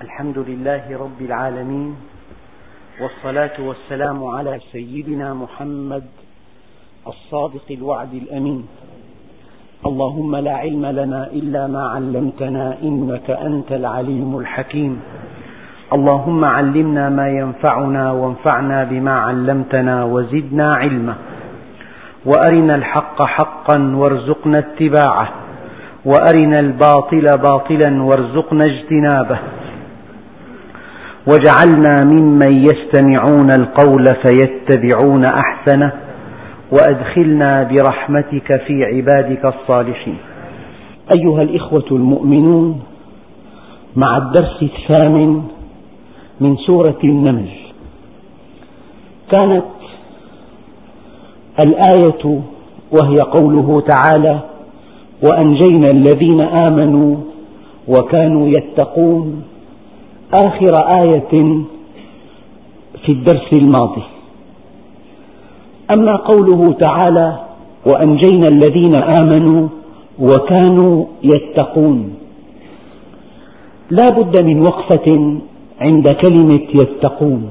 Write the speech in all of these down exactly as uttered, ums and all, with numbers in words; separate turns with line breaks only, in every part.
الحمد لله رب العالمين، والصلاة والسلام على سيدنا محمد الصادق الوعد الأمين. اللهم لا علم لنا إلا ما علمتنا إنك أنت العليم الحكيم. اللهم علمنا ما ينفعنا وانفعنا بما علمتنا وزدنا علما، وأرنا الحق حقا وارزقنا اتباعه، وأرنا الباطل باطلا وارزقنا اجتنابه، واجعلنا ممن يستمعون القول فيتبعون أحسنه، وأدخلنا برحمتك في عبادك الصالحين. أيها الإخوة المؤمنون، مع الدرس الثامن من سورة النمل. كانت الآية وهي قوله تعالى: وأنجينا الذين آمنوا وكانوا يتقون، آخر آية في الدرس الماضي. أما قوله تعالى: وأنجينا الذين آمنوا وكانوا يتقون، لا بد من وقفة عند كلمة يتقون.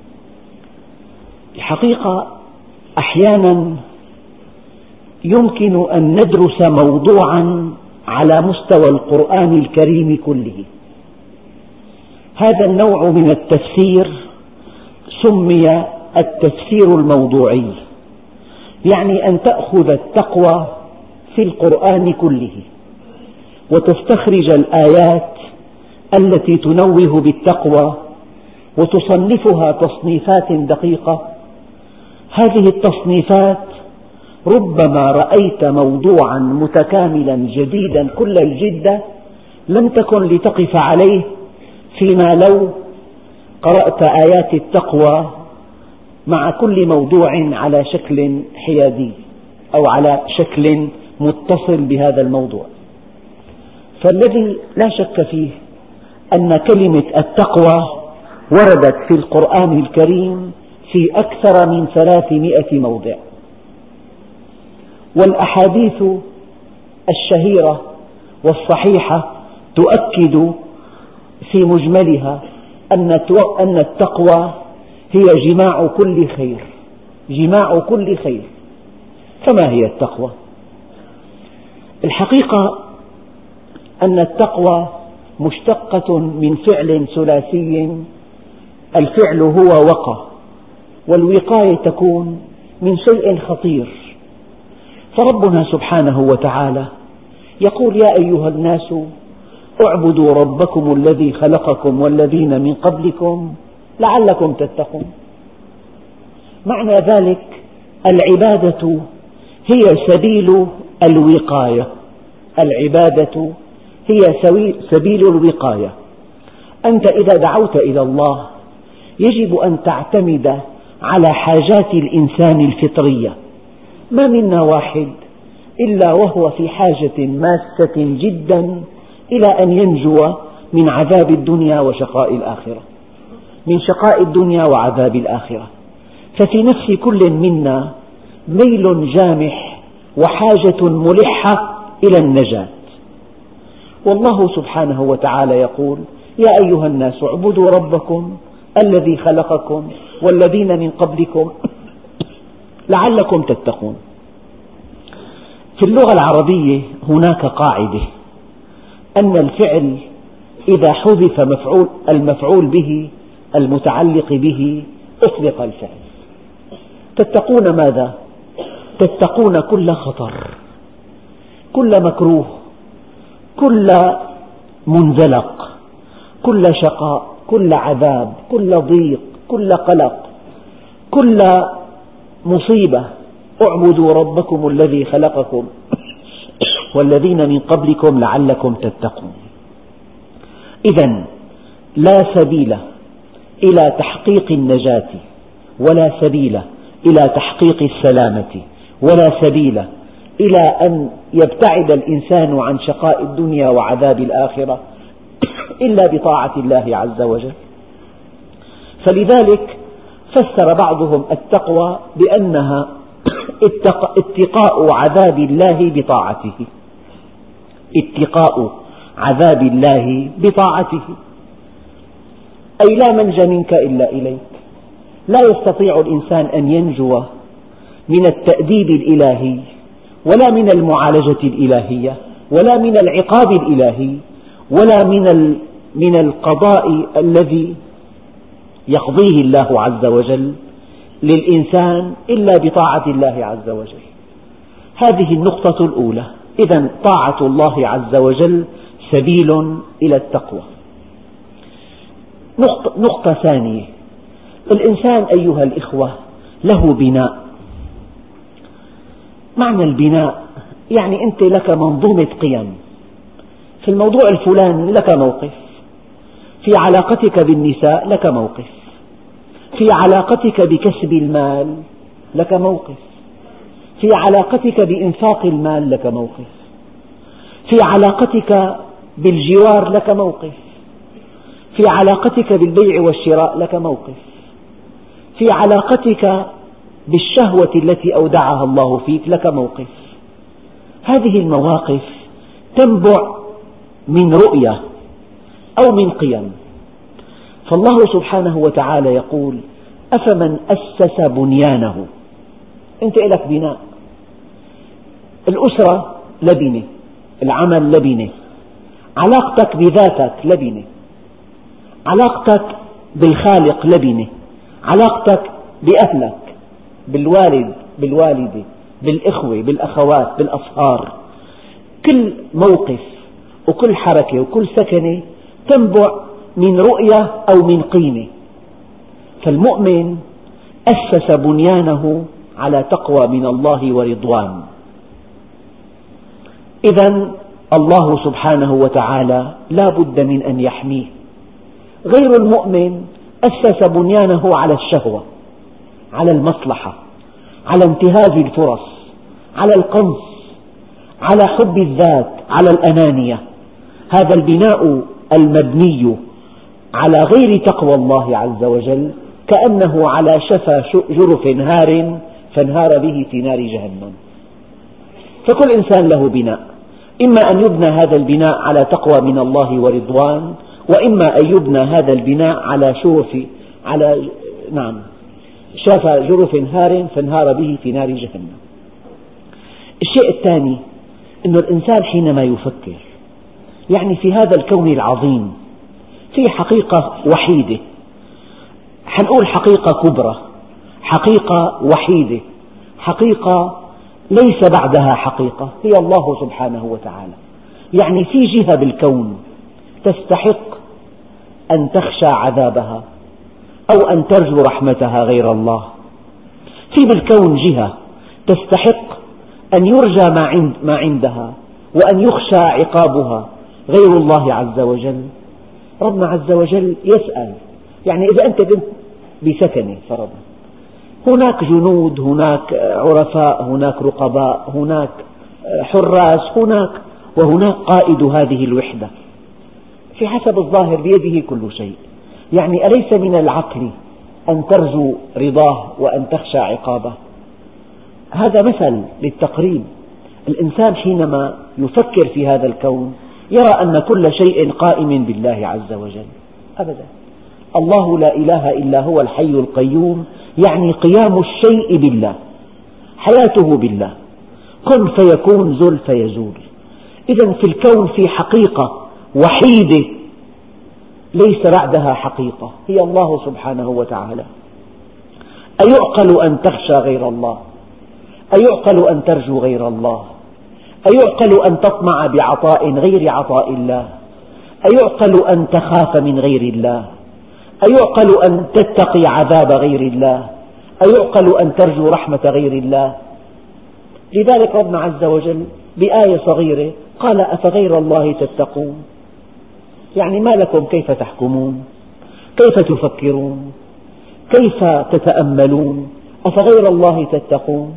الحقيقة أحيانا يمكن أن ندرس موضوعا على مستوى القرآن الكريم كله. هذا النوع من التفسير سمي التفسير الموضوعي، يعني أن تأخذ التقوى في القرآن كله وتستخرج الآيات التي تنوه بالتقوى وتصنفها تصنيفات دقيقة. هذه التصنيفات ربما رأيت موضوعا متكاملا جديدا كل الجدة لم تكن لتقف عليه فيما لو قرأت آيات التقوى مع كل موضوع على شكل حيادي أو على شكل متصل بهذا الموضوع. فالذي لا شك فيه أن كلمة التقوى وردت في القرآن الكريم في أكثر من ثلاثمائة موضع، والأحاديث الشهيرة والصحيحة تؤكد في مجملها أن التقوى هي جماع كل خير، جماع كل خير. فما هي التقوى؟ الحقيقة أن التقوى مشتقة من فعل ثلاثي، الفعل هو وقى، والوقاية تكون من شيء خطير. فربنا سبحانه وتعالى يقول: يا أيها الناس اعبدوا ربكم الذي خلقكم والذين من قبلكم لعلكم تتقون. معنى ذلك العبادة هي سبيل الوقاية، العبادة هي سبيل الوقاية. أنت إذا دعوت إلى الله يجب أن تعتمد على حاجات الإنسان الفطرية. ما منا واحد إلا وهو في حاجة ماسة جدا إلى أن ينجو من عذاب الدنيا وشقاء الآخرة، من شقاء الدنيا وعذاب الآخرة. ففي نفس كل منا ميل جامح وحاجة ملحة إلى النجاة. والله سبحانه وتعالى يقول: يا أيها الناس اعبدوا ربكم الذي خلقكم والذين من قبلكم لعلكم تتقون. في اللغة العربية هناك قاعدة أن الفعل إذا حذف مفعول المفعول به المتعلق به أطلق الفعل. تتقون ماذا؟ تتقون كل خطر، كل مكروه، كل منزلق، كل شقاء، كل عذاب، كل ضيق، كل قلق، كل مصيبة. اعبدوا ربكم الذي خلقكم والذين من قبلكم لعلكم تتقون. إذن لا سبيل إلى تحقيق النجاة، ولا سبيل إلى تحقيق السلامة، ولا سبيل إلى أن يبتعد الإنسان عن شقاء الدنيا وعذاب الآخرة إلا بطاعة الله عز وجل. فلذلك فسر بعضهم التقوى بأنها اتقاء عذاب الله بطاعته، اتقاء عذاب الله بطاعته. أي لا ملجأ منك إلا إليك. لا يستطيع الإنسان أن ينجو من التأديب الإلهي ولا من المعالجة الإلهية ولا من العقاب الإلهي ولا من من القضاء الذي يقضيه الله عز وجل للإنسان إلا بطاعة الله عز وجل. هذه النقطة الأولى. إذن طاعة الله عز وجل سبيل إلى التقوى. نقطة ثانية، الإنسان أيها الإخوة له بناء. معنى البناء يعني أنت لك منظومة قيم. في الموضوع الفلاني لك موقف، في علاقتك بالنساء لك موقف، في علاقتك بكسب المال لك موقف، في علاقتك بإنفاق المال لك موقف، في علاقتك بالجوار لك موقف، في علاقتك بالبيع والشراء لك موقف، في علاقتك بالشهوة التي أودعها الله فيك لك موقف. هذه المواقف تنبع من رؤية أو من قيم. فالله سبحانه وتعالى يقول: أفمن أسس بنيانه. أنت لك بناء، الأسرة لبنة، العمل لبنة، علاقتك بذاتك لبنة، علاقتك بالخالق لبنة، علاقتك بأهلك، بالوالد بالوالدة، بالإخوة بالأخوات بالأصهار. كل موقف وكل حركة وكل سكنة تنبع من رؤية أو من قيمة. فالمؤمن أسس بنيانه على تقوى من الله ورضوان. إذن الله سبحانه وتعالى لا بد من أن يحميه. غير المؤمن أسس بنيانه على الشهوة، على المصلحة، على انتهاز الفرص، على القنص، على حب الذات، على الأنانية. هذا البناء المبني على غير تقوى الله عز وجل كأنه على شفا جرف هار فانهار به في نار جهنم. فكل إنسان له بناء، إما أن يبنى هذا البناء على تقوى من الله ورضوان، وإما أن يبنى هذا البناء على شرف على نعم شفا جرف هار فانهار به في نار جهنم. الشيء الثاني أن الإنسان حينما يفكر، يعني في هذا الكون العظيم في حقيقة وحيدة، حنقول حقيقة كبرى، حقيقة وحيدة، حقيقة ليس بعدها حقيقة، هي الله سبحانه وتعالى. يعني في جهة بالكون تستحق أن تخشى عذابها أو أن ترجو رحمتها غير الله. في بالكون جهة تستحق أن يرجى ما, عند ما عندها وأن يخشى عقابها غير الله عز وجل. ربنا عز وجل يسأل، يعني إذا أنت كنت بسكنة فرضا، هناك جنود، هناك عرفاء، هناك رقباء، هناك حراس، هناك وهناك قائد هذه الوحدة، في حسب الظاهر بيده كل شيء. يعني أليس من العقل أن ترجو رضاه وأن تخشى عقابه؟ هذا مثل للتقريب. الإنسان حينما يفكر في هذا الكون يرى أن كل شيء قائم بالله عز وجل أبدا. الله لا إله إلا هو الحي القيوم، يعني قيام الشيء بالله، حياته بالله، كن فيكون زل فيزول. إذن في الكون في حقيقة وحيدة ليس بعدها حقيقة، هي الله سبحانه وتعالى. أيعقل أن تخشى غير الله؟ أيعقل أن ترجو غير الله؟ أيعقل أن تطمع بعطاء غير عطاء الله؟ أيعقل أن تخاف من غير الله؟ أيعقل أن تتقي عذاب غير الله؟ أيعقل أن ترجو رحمة غير الله؟ لذلك ربنا عز وجل بآية صغيرة قال: أفغير الله تتقون؟ يعني ما لكم كيف تحكمون؟ كيف تفكرون؟ كيف تتأملون؟ أفغير الله تتقون؟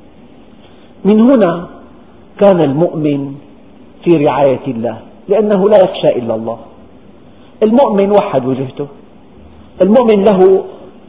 من هنا كان المؤمن في رعاية الله، لأنه لا يخشى إلا الله. المؤمن وحد وجهته، المؤمن له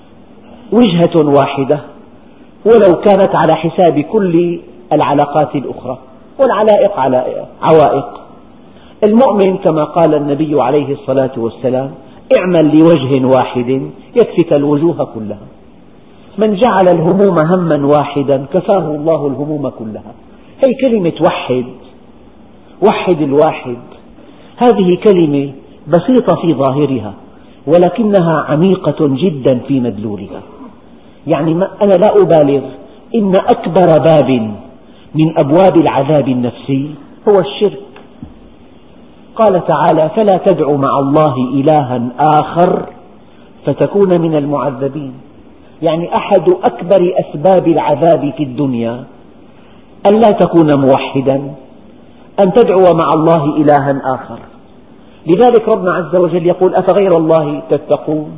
وجهة واحدة ولو كانت على حساب كل العلاقات الأخرى، والعلائق عوائق. المؤمن كما قال النبي عليه الصلاة والسلام: اعمل لوجه واحد يكفك الوجوه كلها. من جعل الهموم هما واحدا كفاه الله الهموم كلها. هي كلمة وحد، وحد الواحد، هذه كلمة بسيطة في ظاهرها ولكنها عميقة جدا في مدلولها. يعني أنا لا أبالغ، إن أكبر باب من أبواب العذاب النفسي هو الشرك. قال تعالى: فلا تدع مع الله إلها آخر فتكون من المعذبين. يعني أحد أكبر أسباب العذاب في الدنيا أن لا تكون موحدا، أن تدعو مع الله إلها آخر. لذلك ربنا عز وجل يقول: أفغير الله تتقون.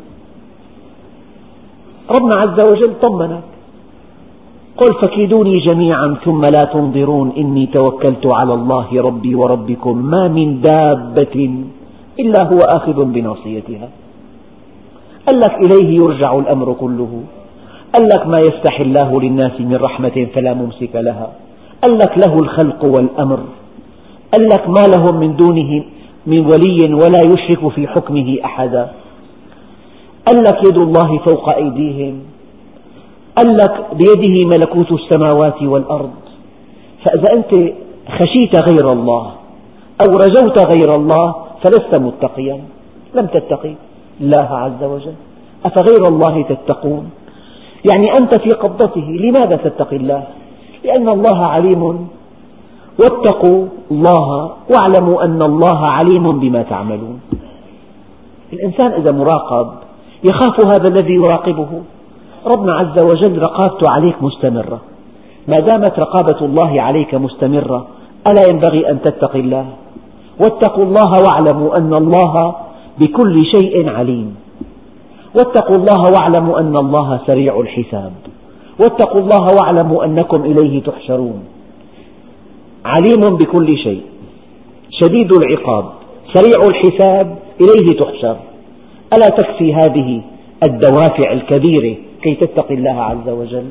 ربنا عز وجل طمنك، قل: فكيدوني جميعا ثم لا تنظرون إني توكلت على الله ربي وربكم ما من دابة إلا هو آخذ بناصيتها. قال لك: إليه يرجع الأمر كله. قال لك: ما يفتح الله للناس من رحمة فلا ممسك لها. قال لك: له الخلق والأمر. قال لك: ما لهم من دونه من ولي ولا يشرك في حكمه أحدا. قال لك: يد الله فوق أيديهم. قال لك: بيده ملكوت السماوات والأرض. فإذا أنت خشيت غير الله أو رجوت غير الله فلست متقيا، لم تتقي الله عز وجل. أفغير الله تتقون؟ يعني أنت في قبضته، لماذا تتقي الله؟ لأن الله عليم، واتقوا الله واعلموا أن الله عليم بما تعملون. الإنسان إذا مراقب يخاف هذا الذي يراقبه. ربنا عز وجل رقابته عليك مستمرة. ما دامت رقابة الله عليك مستمرة ألا ينبغي أن تتقي الله؟ واتقوا الله واعلموا أن الله بكل شيء عليم. واتقوا الله واعلموا أن الله سريع الحساب. واتقوا الله واعلموا أنكم إليه تحشرون. عليم بكل شيء، شديد العقاب، سريع الحساب، إليه تحشر. ألا تكفي هذه الدوافع الكبيرة كي تتقي الله عز وجل؟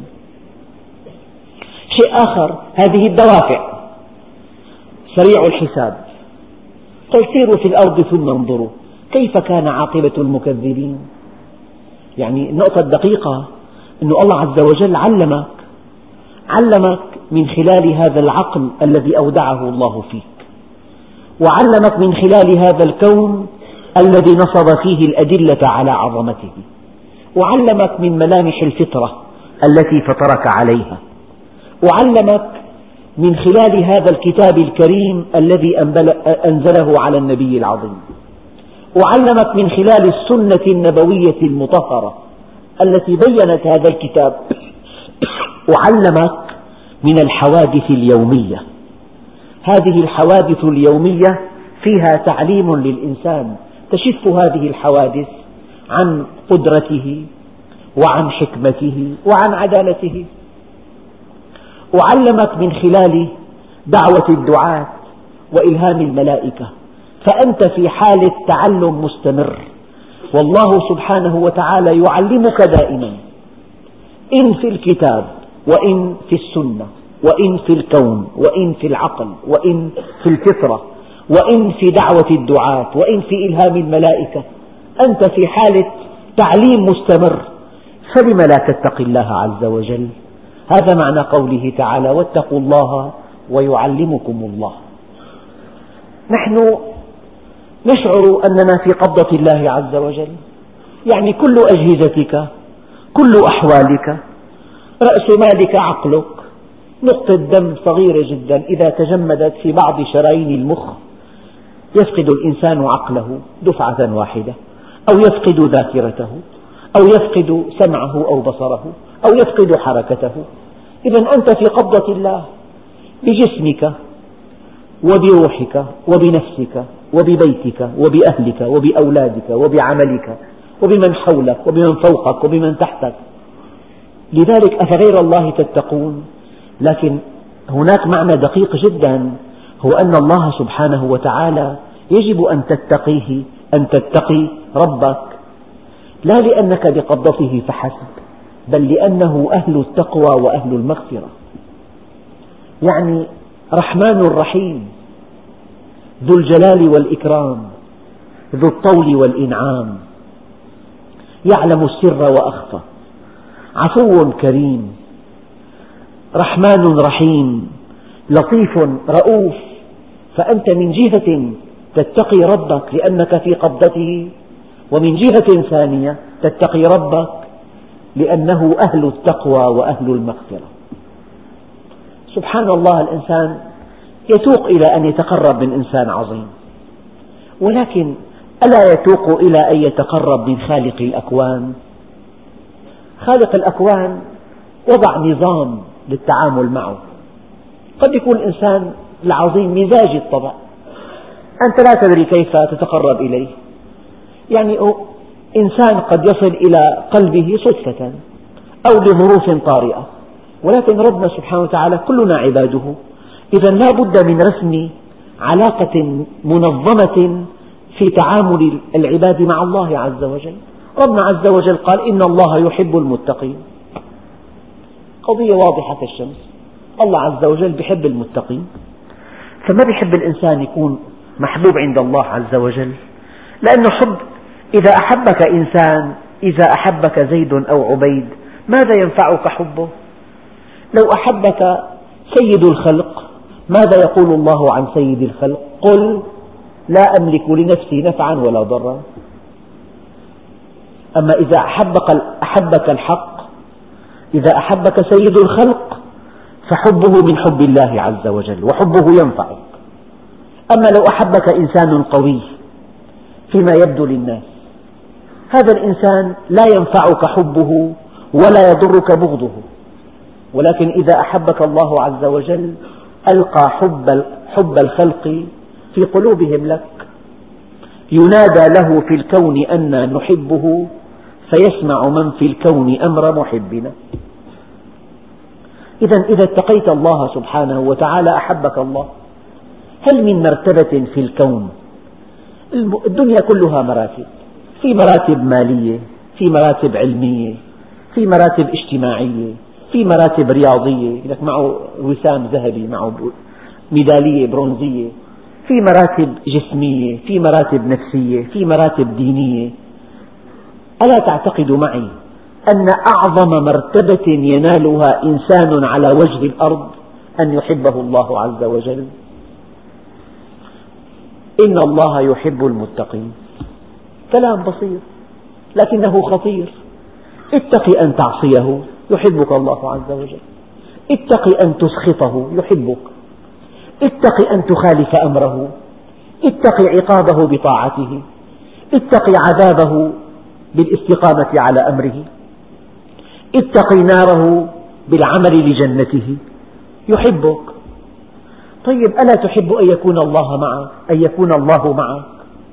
شيء آخر، هذه الدوافع: سريع الحساب، قل سيروا في الأرض ثم انظروا كيف كان عاقبة المكذبين. يعني النقطة الدقيقة أن الله عز وجل علمك علمك من خلال هذا العقل الذي أودعه الله فيك، وعلمك من خلال هذا الكون الذي نصب فيه الأدلة على عظمته، وعلمك من ملامح الفطرة التي فطرك عليها، وعلمك من خلال هذا الكتاب الكريم الذي أنزله على النبي العظيم، وعلمك من خلال السنة النبوية المطهرة التي بيّنت هذا الكتاب، وعلمك من الحوادث اليومية. هذه الحوادث اليومية فيها تعليم للإنسان، تشف هذه الحوادث عن قدرته وعن حكمته وعن عدالته. وعلمك من خلال دعوة الدعاة وإلهام الملائكة، فأنت في حالة تعلم مستمر، والله سبحانه وتعالى يعلمك دائما، إن في الكتاب وإن في السنة وإن في الكون وإن في العقل وإن في الفطرة وإن في دعوة الدعاة وإن في إلهام الملائكة. أنت في حالة تعليم مستمر، فلم لا تتقي الله عز وجل؟ هذا معنى قوله تعالى: واتقوا الله ويعلمكم الله. نحن نشعر أننا في قبضة الله عز وجل، يعني كل أجهزتك، كل أحوالك، رأس مالك عقلك، نقطة دم صغيرة جدا إذا تجمدت في بعض شرايين المخ يفقد الإنسان عقله دفعة واحدة، أو يفقد ذاكرته، أو يفقد سمعه أو بصره، أو يفقد حركته. إذن أنت في قبضة الله بجسمك وبروحك وبنفسك وببيتك وبأهلك وبأولادك وبعملك وبمن حولك وبمن فوقك وبمن تحتك. لذلك أفغير الله تتقون؟ لكن هناك معنى دقيق جدا، هو أن الله سبحانه وتعالى يجب أن تتقيه، أن تتقي ربك، لا لأنك بقبضته فحسب، بل لأنه أهل التقوى وأهل المغفرة. يعني رحمن رحيم، ذو الجلال والإكرام، ذو الطول والإنعام، يعلم السر وأخفى، عفو كريم، رحمن رحيم، لطيف رؤوف. فأنت من جهة تتقي ربك لأنك في قبضته، ومن جهة ثانية تتقي ربك لأنه أهل التقوى وأهل المغفرة. سبحان الله، الإنسان يتوق إلى أن يتقرب من إنسان عظيم، ولكن ألا يتوق إلى أن يتقرب من خالق الأكوان؟ خالق الأكوان وضع نظام للتعامل معه. قد يكون الإنسان العظيم مزاج الطبع، أنت لا تدري كيف تتقرب إليه. يعني إنسان قد يصل إلى قلبه صدفة أو لظروف طارئة، ولكن ربنا سبحانه وتعالى كلنا عباده، إذا لا بد من رسم علاقة منظمة في تعامل العباد مع الله عز وجل. ربنا عز وجل قال: إن الله يحب المتقين. قضية واضحة كالشمس، الله عز وجل يحب المتقين، فما يحب الإنسان يكون محبوب عند الله عز وجل، لأنه حب. إذا أحبك إنسان، إذا أحبك زيد أو عبيد، ماذا ينفعك حبه؟ لو أحبك سيد الخلق، ماذا يقول الله عن سيد الخلق؟ قل لا أملك لنفسي نفعا ولا ضرا. أما إذا أحبك, أحبك الحق، إذا أحبك سيد الخلق، فحبه من حب الله عز وجل، وحبه ينفعك. أما لو أحبك إنسان قوي فيما يبدو للناس، هذا الإنسان لا ينفعك حبه ولا يضرك بغضه، ولكن إذا أحبك الله عز وجل ألقى حب, حب الخلق في قلوبهم لك، ينادى له في الكون أنا نحبه، فيسمع من في الكون أمر محبنا. إذا إذا اتقيت الله سبحانه وتعالى أحبك الله. هل من مرتبة في الكون؟ الدنيا كلها مراتب، في مراتب مالية، في مراتب علمية، في مراتب اجتماعية، في مراتب رياضية، لك معه وسام ذهبي، معه ميدالية برونزية، في مراتب جسمية، في مراتب نفسية، في مراتب دينية. ألا تعتقد معي أن أعظم مرتبة ينالها إنسان على وجه الأرض أن يحبه الله عز وجل؟ إن الله يحب المتقين. كلام بسيط لكنه خطير. اتق أن تعصيه يحبك الله عز وجل، اتق أن تسخطه يحبك، اتق أن تخالف أمره، اتق عقابه بطاعته، اتق عذابه بالاستقامة على أمره، اتق ناره بالعمل لجنته، يحبك. طيب ألا تحب أن يكون الله معك، أن يكون الله معك؟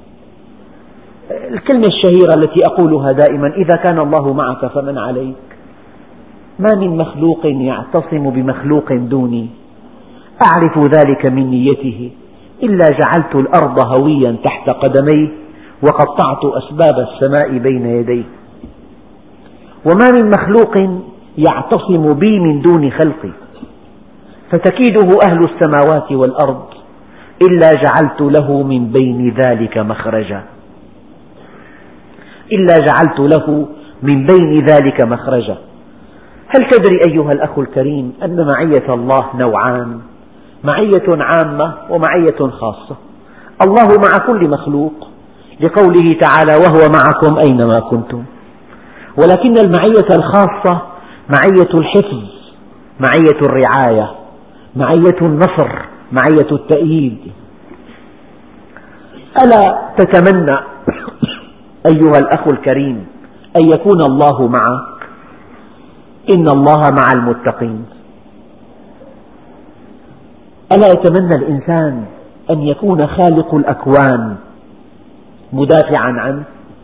الكلمة الشهيرة التي أقولها دائما: إذا كان الله معك فمن عليك. ما من مخلوق يعتصم بمخلوق دوني، أعرف ذلك من نيته، إلا جعلت الأرض هويا تحت قدميه وقطعت أسباب السماء بين يديه. وما من مخلوق يعتصم بي من دون خلقي فتكيده أهل السماوات والأرض إلا جعلت له من بين ذلك مخرجا، إلا جعلت له من بين ذلك مخرجا. هل تدري أيها الأخ الكريم أن معية الله نوعان؟ معية عامة ومعية خاصة. الله مع كل مخلوق لقوله تعالى: وهو معكم أينما كنتم. ولكن المعية الخاصة معية الحفظ، معية الرعاية، معية النصر، معية التأييد. ألا تتمنى أيها الأخ الكريم أن يكون الله معك؟ إن الله مع المتقين. ألا يتمنى الإنسان أن يكون خالق الأكوان مدافعا عنه؟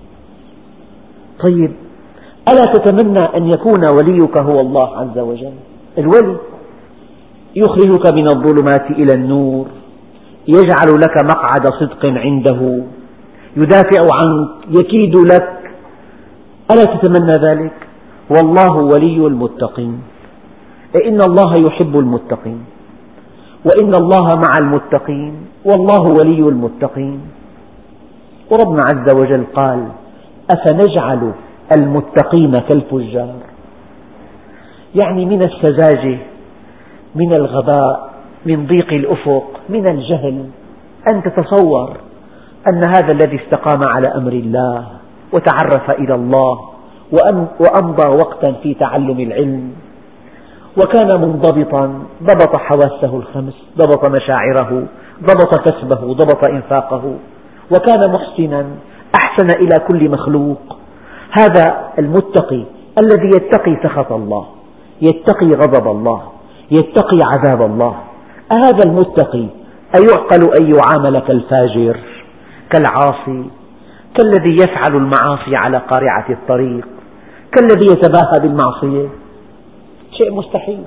طيب ألا تتمنى أن يكون وليك هو الله عز وجل؟ الولي يخرجك من الظلمات إلى النور، يجعل لك مقعد صدق عنده، يدافع عنك، يكيد لك. ألا تتمنى ذلك؟ والله ولي المتقين. إن الله يحب المتقين، وإن الله مع المتقين، والله ولي المتقين. وربنا عز وجل قال: أفنجعل المتقين كالفجار. يعني من السذاجة، من الغباء، من ضيق الأفق، من الجهل أن تتصور أن هذا الذي استقام على أمر الله وتعرف إلى الله وأمضى وقتا في تعلم العلم وكان منضبطا، ضبط حواسه الخمس، ضبط مشاعره، ضبط كسبه، ضبط إنفاقه، وكان محسنا، أحسن إلى كل مخلوق. هذا المتقي الذي يتقي سخط الله، يتقي غضب الله، يتقي عذاب الله. أهذا المتقي أيعقل أن يعامل كالفاجر، كالعاصي، كالذي يفعل المعاصي على قارعة الطريق، كالذي يتباهى بالمعصية؟ شيء مستحيل.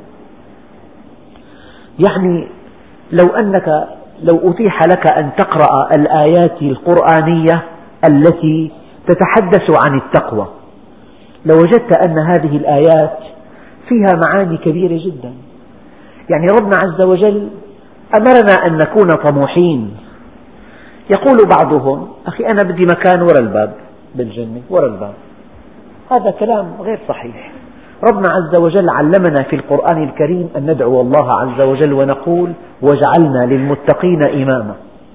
يعني لو أنك لو أتيح لك أن تقرأ الآيات القرآنية التي تتحدث عن التقوى لوجدت أن هذه الآيات فيها معاني كبيرة جدا. يعني ربنا عز وجل أمرنا أن نكون طموحين. يقول بعضهم: أخي أنا بدي مكان وراء الباب بالجنة، وراء الباب. هذا كلام غير صحيح. ربنا عز وجل علمنا في القرآن الكريم أن ندعو الله عز وجل ونقول: واجعلنا للمتقين إماما.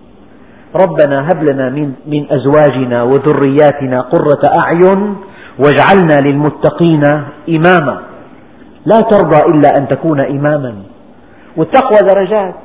ربنا هب لنا من, من أزواجنا وذرياتنا قرة أعين واجعلنا للمتقين إماما. لا ترضى إلا أن تكون إماما. والتقوى درجات،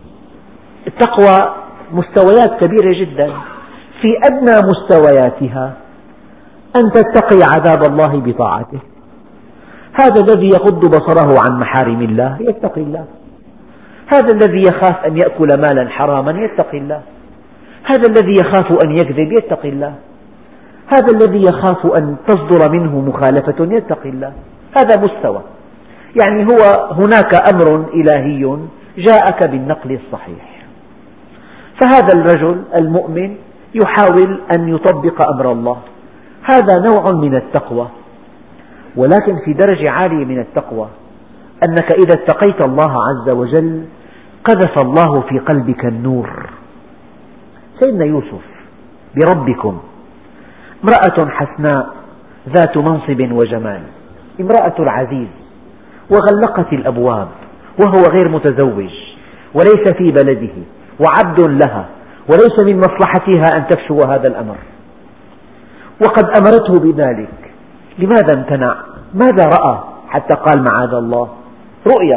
التقوى مستويات كبيرة جدا. في أدنى مستوياتها أن تتقي عذاب الله بطاعته. هذا الذي يغض بصره عن محارم الله يتقي الله. هذا الذي يخاف أن يأكل مالا حراما يتقي الله. هذا الذي يخاف أن يكذب يتقي الله. هذا الذي يخاف أن تصدر منه مخالفة يتقي الله. هذا مستوى. يعني هو هناك أمر إلهي جاءك بالنقل الصحيح، فهذا الرجل المؤمن يحاول أن يطبق أمر الله. هذا نوع من التقوى. ولكن في درجة عالية من التقوى أنك إذا اتقيت الله عز وجل قذف الله في قلبك النور. سيدنا يوسف: بربكم امرأة حسناء ذات منصب وجمال، امرأة العزيز، وغلقت الأبواب وهو غير متزوج وليس في بلده وعبد لها وليس من مصلحتها أن تفشو هذا الأمر، وقد أمرته بذلك. لماذا امتنع؟ ماذا رأى حتى قال معاذ الله؟ رؤيا.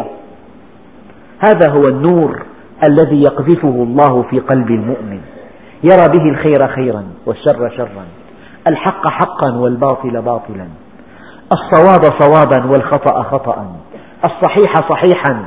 هذا هو النور الذي يقذفه الله في قلب المؤمن، يرى به الخير خيرا والشر شرا، الحق حقا والباطل باطلا، الصواب صوابا والخطأ خطأ، الصحيح صحيحا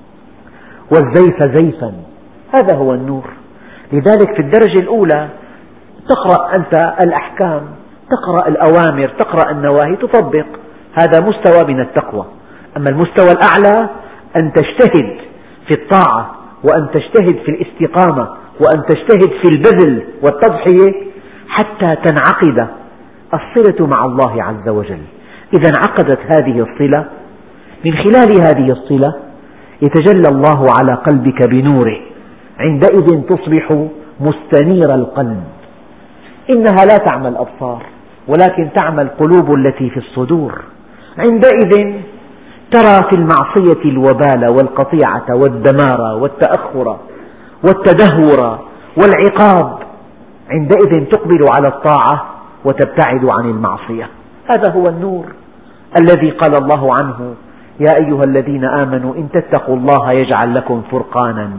والزيف زيفا. هذا هو النور. لذلك في الدرجة الأولى تقرأ أنت الأحكام، تقرأ الأوامر، تقرأ النواهي، تطبق. هذا مستوى من التقوى. أما المستوى الأعلى أن تجتهد في الطاعة، وأن تجتهد في الاستقامة، وأن تجتهد في البذل والتضحية حتى تنعقد الصلة مع الله عز وجل. إذا انعقدت هذه الصلة، من خلال هذه الصلة يتجلى الله على قلبك بنوره، عندئذ تصبح مستنير القلب. إنها لا تعمى الأبصار ولكن تعمى القلوب التي في الصدور. عندئذ ترى في المعصية الوبال والقطيعة والدمار والتأخر والتدهور والعقاب. عندئذ تقبل على الطاعة وتبتعد عن المعصية. هذا هو النور الذي قال الله عنه: يا أيها الذين آمنوا إن تتقوا الله يجعل لكم فرقانا.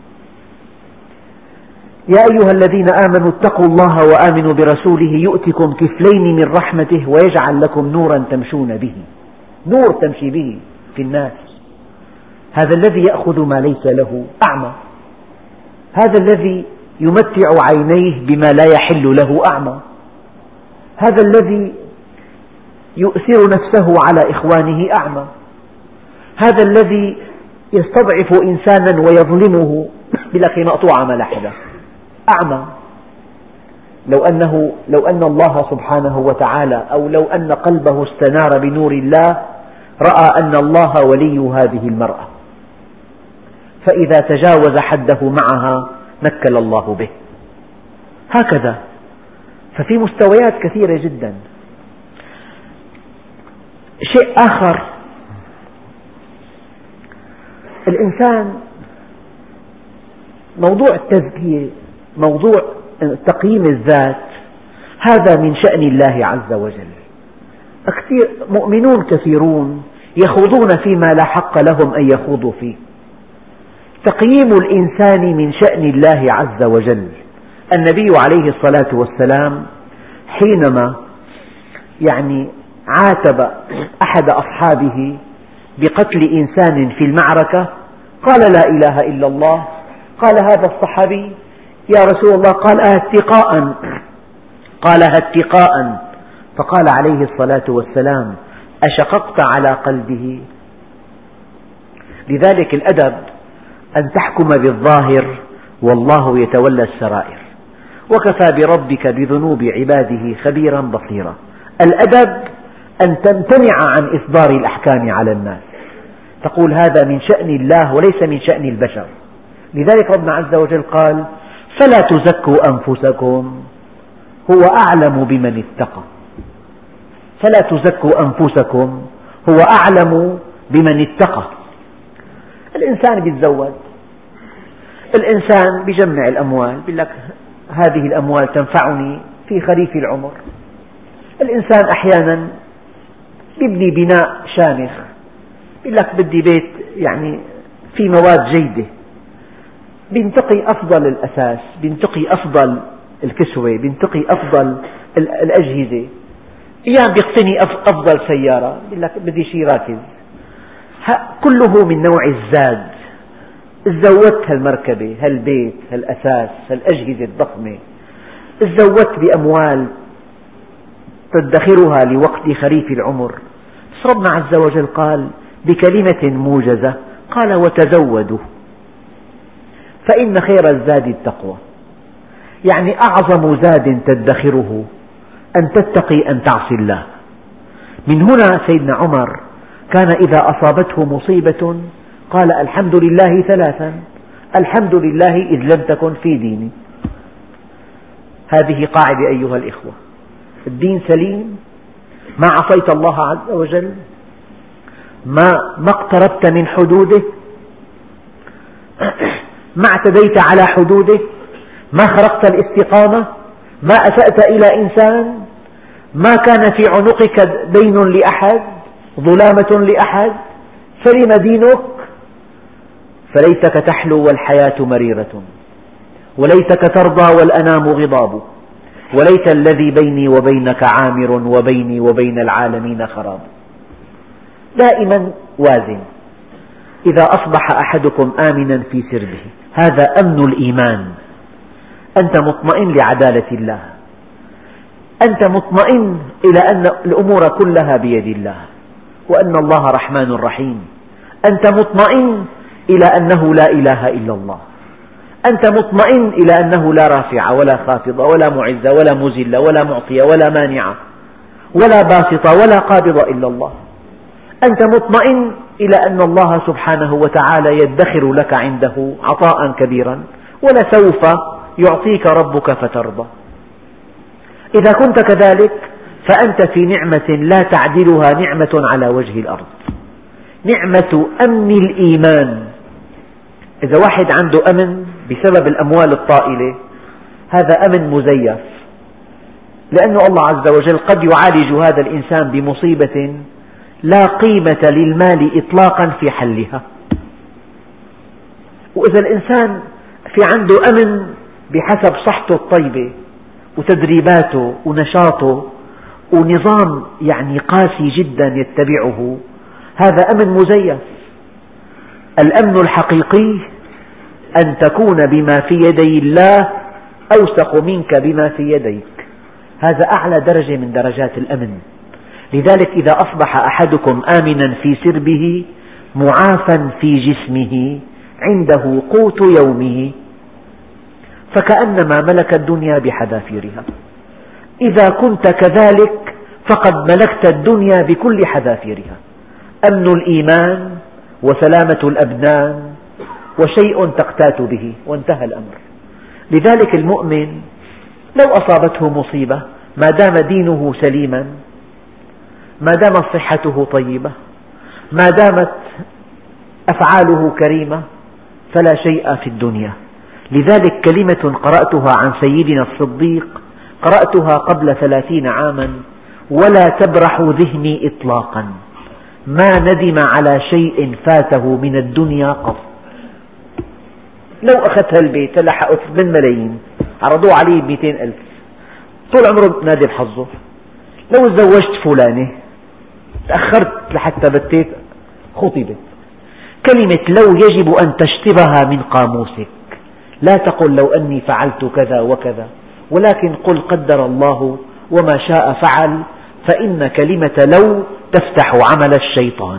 يا أيها الذين آمنوا اتقوا الله وآمنوا برسوله يؤتكم كفلين من رحمته ويجعل لكم نورا تمشون به. نور تمشي به في الناس. هذا الذي يأخذ ما ليس له أعمى. هذا الذي يمتع عينيه بما لا يحل له أعمى. هذا الذي يؤثر نفسه على إخوانه أعمى. هذا الذي يستضعف إنسانا ويظلمه بلقي مقطوعة ملاحدة أعمى. لو أنه لو أن الله سبحانه وتعالى أو لو أن قلبه استنار بنور الله رأى أن الله ولي هذه المرأة، فإذا تجاوز حده معها نكل الله به. هكذا. ففي مستويات كثيرة جدا. شيء آخر، الإنسان موضوع التزكية، موضوع تقييم الذات، هذا من شأن الله عز وجل. كثير مؤمنون كثيرون يخوضون فيما لا حق لهم أن يخوضوا فيه. تقييم الإنسان من شأن الله عز وجل. النبي عليه الصلاة والسلام حينما يعني عاتب أحد أصحابه بقتل إنسان في المعركة قال لا إله إلا الله، قال هذا الصحابي يا رسول الله، قال اتقاء، قال اتقاء، فقال عليه الصلاة والسلام أشققت على قلبه؟ لذلك الأدب أن تحكم بالظاهر والله يتولى السرائر، وكفى بربك بذنوب عباده خبيرا بصيرا. الأدب أن تمتنع عن إصدار الأحكام على الناس، تقول هذا من شأن الله وليس من شأن البشر. لذلك ربنا عز وجل قال فلا تزكوا أنفسكم هو أعلم بمن اتقى. فلا تزكوا أنفسكم هو أعلم بمن اتقى. الإنسان بيتزود، الإنسان بيجمع الأموال، بيقول لك هذه الأموال تنفعني في خريف العمر. الإنسان أحيانا يبني بناء شامخ، يقول لك بدي بيت يعني في مواد جيدة، بينتقي أفضل الأساس، بينتقي أفضل الكسوة، بينتقي أفضل الأجهزة، أيام بيقتني أفضل سيارة، يقول لك بدي شيء راكز. كله من نوع الزاد. تزودت هالمركبة، هالبيت، هالأساس، هالأجهزة الضخمة، تزودت بأموال تدخرها لوقت خريف العمر. ربنا عز وجل قال بكلمة موجزة، قال وتزودوا فإن خير الزاد التقوى. يعني أعظم زاد تدخره أن تتقي أن تعصي الله. من هنا سيدنا عمر كان إذا أصابته مصيبة قال الحمد لله ثلاثا: الحمد لله إذ لم تكن في ديني. هذه قاعدة أيها الإخوة، الدين سليم، ما عصيت الله عز وجل، ما ما اقتربت من حدوده، ما اعتديت على حدوده، ما خرقت الاستقامة، ما أسأت إلى إنسان، ما كان في عنقك دين لأحد، ظلامة لأحد، سلم دينك، فليتك تحلو والحياة مريرة، وليتك ترضى والأنام غضاب، وليت الذي بيني وبينك عامر وبيني وبين العالمين خراب. دائما وازن. إذا أصبح أحدكم آمنا في سربه، هذا أمن الإيمان. أنت مطمئن لعدالة الله، أنت مطمئن إلى أن الأمور كلها بيد الله، وأن الله رحمن رحيم. أنت مطمئن إلى أنه لا إله إلا الله، أنت مطمئن إلى أنه لا رافع ولا خافض ولا معز ولا مذل ولا معطي ولا مانع ولا باسط ولا قابض إلا الله. أنت مطمئن إلى أن الله سبحانه وتعالى يدخر لك عنده عطاء كبيرا، ولسوف يعطيك ربك فترضى. إذا كنت كذلك فأنت في نعمة لا تعدلها نعمة على وجه الأرض، نعمة أمن الإيمان. إذا واحد عنده أمن بسبب الأموال الطائلة، هذا أمن مزيف، لأن الله عز وجل قد يعالج هذا الإنسان بمصيبة لا قيمة للمال إطلاقا في حلها. وإذا الإنسان في عنده أمن بحسب صحته الطيبة وتدريباته ونشاطه ونظام يعني قاسي جدا يتبعه، هذا أمن مزيف. الأمن الحقيقي أن تكون بما في يدي الله أوثق منك بما في يديك، هذا أعلى درجة من درجات الأمن. لذلك إذا أصبح أحدكم آمنا في سربه معافى في جسمه عنده قوت يومه فكأنما ملك الدنيا بحذافيرها. إذا كنت كذلك فقد ملكت الدنيا بكل حذافيرها، أمن الإيمان وسلامة الأبدان وشيء تقتات به، وانتهى الأمر. لذلك المؤمن لو أصابته مصيبة ما دام دينه سليما، ما دامت صحته طيبة، ما دامت أفعاله كريمة، فلا شيء في الدنيا. لذلك كلمة قرأتها عن سيدنا الصديق، قرأتها قبل ثلاثين عاما ولا تبرح ذهني إطلاقا: ما ندم على شيء فاته من الدنيا قط. لو أخذت هالبيت هلا حقه ثمان ملايين، عرضوه عليه بمئتين ألف، طول عمره نادم حظه. لو تزوجت فلانة، تأخرت لحتى بتيت، خطبت. كلمة لو يجب أن تشطبها من قاموسك. لا تقل لو أني فعلت كذا وكذا، ولكن قل قدر الله وما شاء فعل، فإن كلمة لو تفتح عمل الشيطان.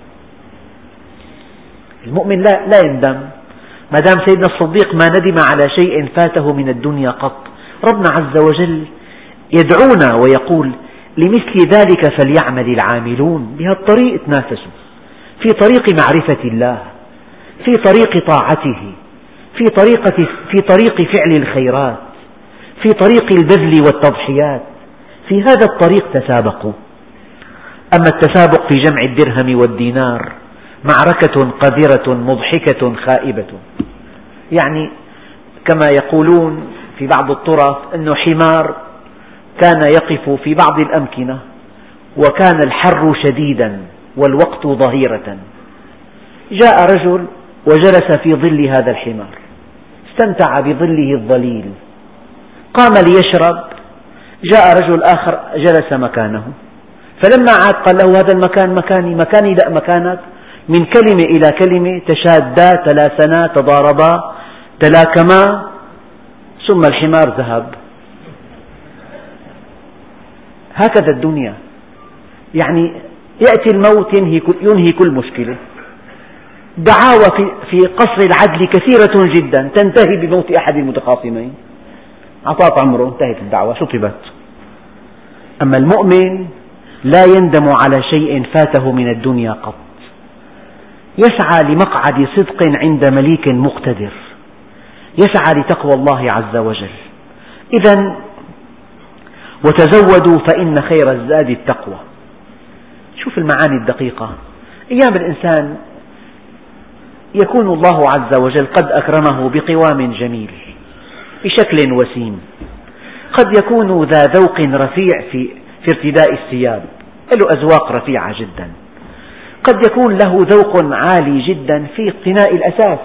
المؤمن لا, لا يندم. ما دام سيدنا الصديق ما ندم على شيء فاته من الدنيا قط. ربنا عز وجل يدعونا ويقول: لمثل ذلك فليعمل العاملون. بهالطريق تنافسوا، في طريق معرفة الله، في طريق طاعته، في طريقة في طريق فعل الخيرات، في طريق البذل والتضحيات. في هذا الطريق تسابقوا. أما التسابق في جمع الدرهم والدينار معركة قذرة مضحكة خائبة. يعني كما يقولون في بعض الطرف أنه حمار كان يقف في بعض الأمكنة وكان الحر شديدا والوقت ظهيرة، جاء رجل وجلس في ظل هذا الحمار، استمتع بظله الظليل، قام ليشرب، جاء رجل آخر جلس مكانه، فلما عاد قال له: هذا المكان مكاني. مكاني لا مكانك. من كلمة إلى كلمة تشادا تلاسنا تضاربا تلاكما، ثم الحمار ذهب. هكذا الدنيا، يعني يأتي الموت ينهي كل مشكلة. دعاوى في قصر العدل كثيرة جدا تنتهي بموت أحد المتخاصمين. عطاء عمره، انتهت الدعوة، شطبت. أما المؤمن لا يندم على شيء فاته من الدنيا قط، يسعى لمقعد صدق عند مليك مقتدر، يسعى لتقوى الله عز وجل. إذن وتزودوا فإن خير الزاد التقوى. شوف المعاني الدقيقة. أيام الإنسان يكون الله عز وجل قد أكرمه بقوام جميل بشكل وسيم، قد يكون ذا ذوق رفيع في في ارتداء الثياب، له أذواق رفيعة جدا، قد يكون له ذوق عالي جدا في اقتناء الأثاث،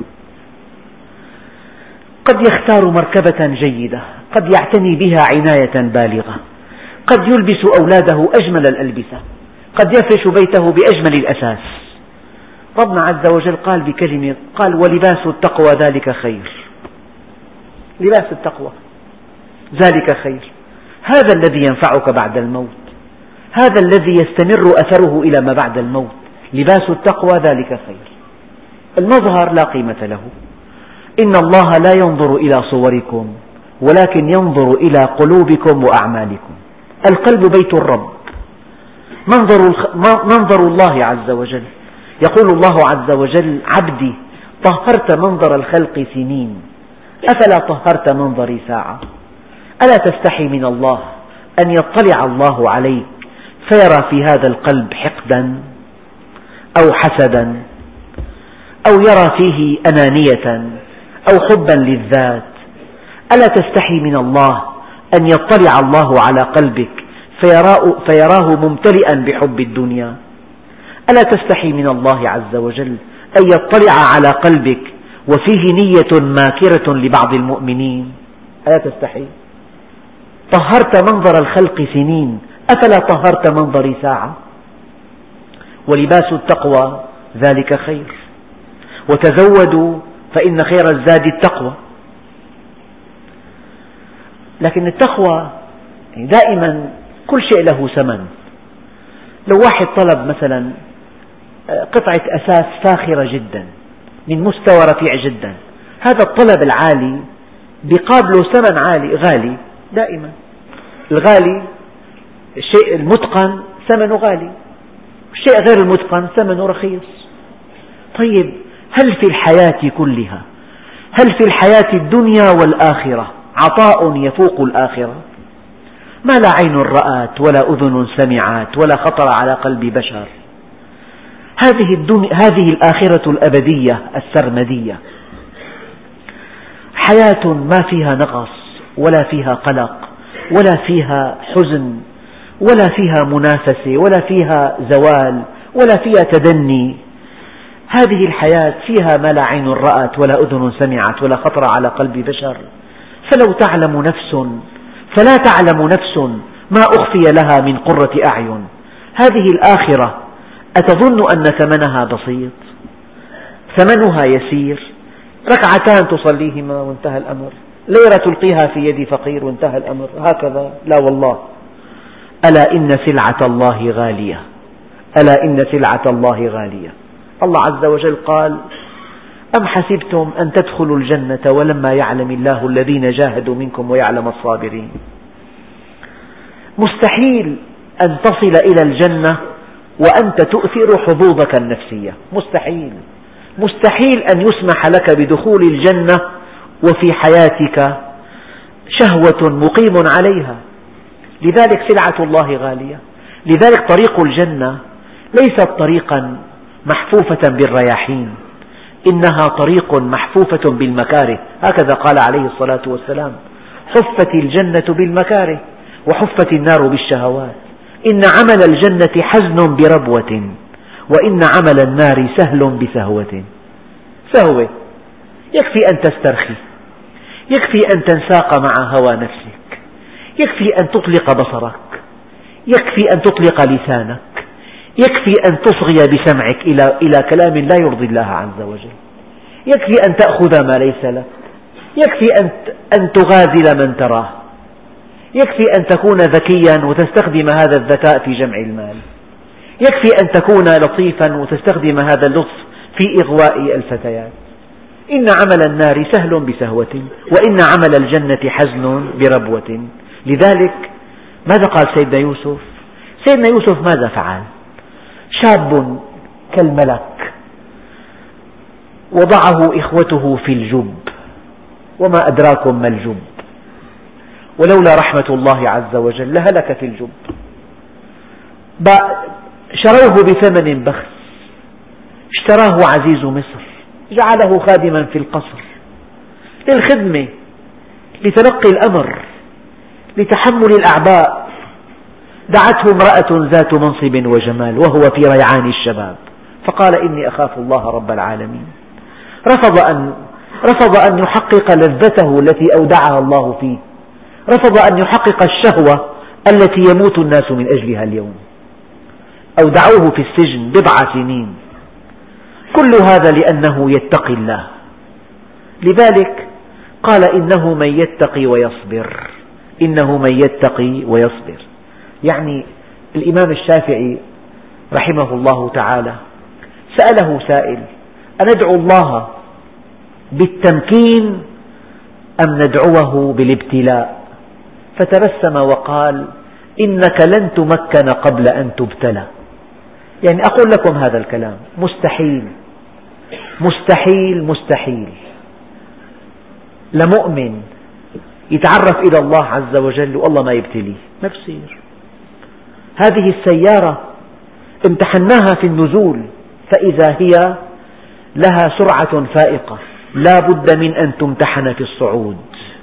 قد يختار مركبة جيدة، قد يعتني بها عناية بالغة، قد يلبس أولاده أجمل الألبسة، قد يفرش بيته بأجمل الأثاث. ربنا عز وجل قال بكلمة، قال: ولباس التقوى ذلك خير. لباس التقوى ذلك خير، هذا الذي ينفعك بعد الموت، هذا الذي يستمر أثره إلى ما بعد الموت. لباس التقوى ذلك خير. المظهر لا قيمة له. إن الله لا ينظر إلى صوركم ولكن ينظر إلى قلوبكم وأعمالكم. القلب بيت الرب، منظر, منظر الله عز وجل. يقول الله عز وجل: عبدي طهرت منظر الخلق سنين، أفلا طهرت منظري ساعة. ألا تستحي من الله أن يطلع الله عليك فيرى في هذا القلب حقدا أو حسدا، أو يرى فيه أنانية أو حبا للذات؟ ألا تستحي من الله أن يطلع الله على قلبك فيراه ممتلئا بحب الدنيا؟ ألا تستحي من الله عز وجل أن يطلع على قلبك وفيه نية ماكرة لبعض المؤمنين؟ ألا تستحي؟ طهرت منظر الخلق سنين، أفلا طهرت منظري ساعة؟ ولباس التقوى ذلك خير. وتزودوا فإن خير الزاد التقوى. لكن التقوى دائما كل شيء له ثمن. لو واحد طلب مثلا قطعة أثاث فاخرة جدا من مستوى رفيع جدا، هذا الطلب العالي بقابله ثمن عالي غالي. دائما الغالي، الشيء المتقن ثمنه غالي، الشيء غير المتقن ثمنه رخيص. طيب، هل في الحياة كلها، هل في الحياة الدنيا والآخرة عطاء يفوق الآخرة؟ ما لا عين رأت ولا أذن سمعت ولا خطر على قلب بشر. هذه الدنيا، هذه الآخرة الأبدية السرمدية، حياة ما فيها نقص ولا فيها قلق ولا فيها حزن ولا فيها منافسة ولا فيها زوال ولا فيها تدني. هذه الحياة فيها ما لا عين رأت ولا أذن سمعت ولا خطر على قلب بشر. فلو تعلم نفس فلا تعلم نفس ما أخفي لها من قرة أعين. هذه الآخرة أتظن أن ثمنها بسيط؟ ثمنها يسير، ركعتان تصليهما وانتهى الأمر، ليرة تلقيها في يد فقير وانتهى الأمر، هكذا. لا والله، ألا إن سلعة الله غالية، ألا إن سلعة الله غالية. الله عز وجل قال: أم حسبتم أن تدخلوا الجنة ولما يعلم الله الذين جاهدوا منكم ويعلم الصابرين. مستحيل أن تصل إلى الجنة وأنت تؤثر حظوظك النفسية، مستحيل. مستحيل أن يسمح لك بدخول الجنة وفي حياتك شهوة مقيم عليها. لذلك سلعة الله غالية. لذلك طريق الجنة ليست طريقا محفوفة بالرياحين، إنها طريق محفوفة بالمكاره، هكذا قال عليه الصلاة والسلام: حفت الجنة بالمكاره وحفت النار بالشهوات. إن عمل الجنة حزن بربوة وإن عمل النار سهل بسهوة. سهوة، يكفي أن تسترخي، يكفي أن تنساق مع هوى نفسك، يكفي أن تطلق بصرك، يكفي أن تطلق لسانك، يكفي أن تصغي بسمعك إلى إلى كلام لا يرضي الله عز وجل، يكفي أن تأخذ ما ليس لك، يكفي أن أن تغازل من تراه، يكفي أن تكون ذكيا وتستخدم هذا الذكاء في جمع المال، يكفي أن تكون لطيفا وتستخدم هذا اللطف في إغواء الفتيات. إن عمل النار سهل بسهوة وإن عمل الجنة حزن بربوة. لذلك ماذا قال سيدنا يوسف؟ سيدنا يوسف ماذا فعل؟ شاب كالملك وضعه إخوته في الجب، وما أدراكم ما الجب، ولولا رحمة الله عز وجل لهلك في الجب. شروه بثمن بخس، اشتراه عزيز مصر، جعله خادما في القصر للخدمة، لتلقي الأمر، لتحمل الأعباء. دعته امرأة ذات منصب وجمال وهو في ريعان الشباب، فقال: إني أخاف الله رب العالمين. رفض أن رفض أن يحقق لذته التي أودعها الله فيه، رفض أن يحقق الشهوة التي يموت الناس من أجلها اليوم. أودعوه في السجن بضع سنين، كل هذا لأنه يتقي الله. لذلك قال: إنه من يتقي ويصبر، إنه من يتقي ويصبر. يعني الإمام الشافعي رحمه الله تعالى سأله سائل: أندعو الله بالتمكين أم ندعوه بالابتلاء؟ فتبسم وقال: إنك لن تمكن قبل أن تبتلى. يعني أقول لكم هذا الكلام: مستحيل مستحيل مستحيل لمؤمن يتعرف إلى الله عز وجل والله ما يبتليه، ما بصير. هذه السيارة امتحناها في النزول فإذا هي لها سرعة فائقة، لا بد من أن تمتحن في الصعود.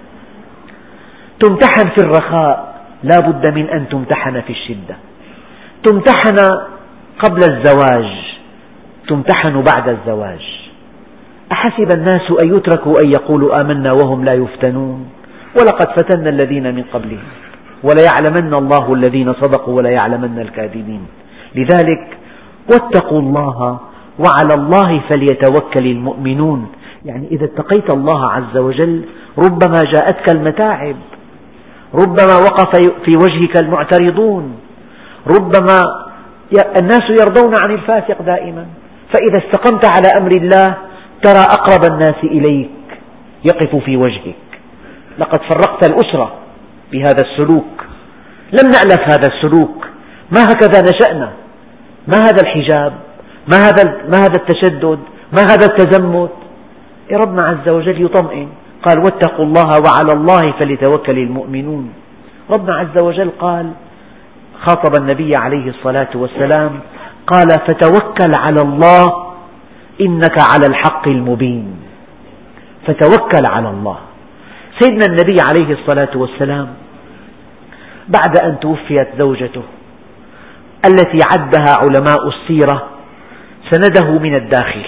تمتحن في الرخاء، لا بد من أن تمتحن في الشدة. تمتحن قبل الزواج، تمتحن بعد الزواج. أحسب الناس أن يتركوا أن يقولوا آمنا وهم لا يفتنون ولقد فتنا الذين من قبلهم وليعلمن الله الذين صدقوا وليعلمن الكاذبين. لذلك واتقوا الله وعلى الله فليتوكل المؤمنون. يعني إذا اتقيت الله عز وجل ربما جاءتك المتاعب، ربما وقف في وجهك المعترضون، ربما الناس يرضون عن الفاسق دائما. فإذا استقمت على أمر الله ترى أقرب الناس إليك يقف في وجهك. لقد فرقت الأسرة بهذا السلوك، لم نألف هذا السلوك، ما هكذا نشأنا، ما هذا الحجاب، ما هذا ما هذا التشدد، ما هذا التزمت. ربنا عز وجل يطمئن، قال: واتقوا الله وعلى الله فليتوكل المؤمنون. ربنا عز وجل قال، خاطب النبي عليه الصلاة والسلام قال: فتوكل على الله إنك على الحق المبين. فتوكل على الله. سيدنا النبي عليه الصلاة والسلام بعد أن توفيت زوجته التي عدها علماء السيرة سنده من الداخل،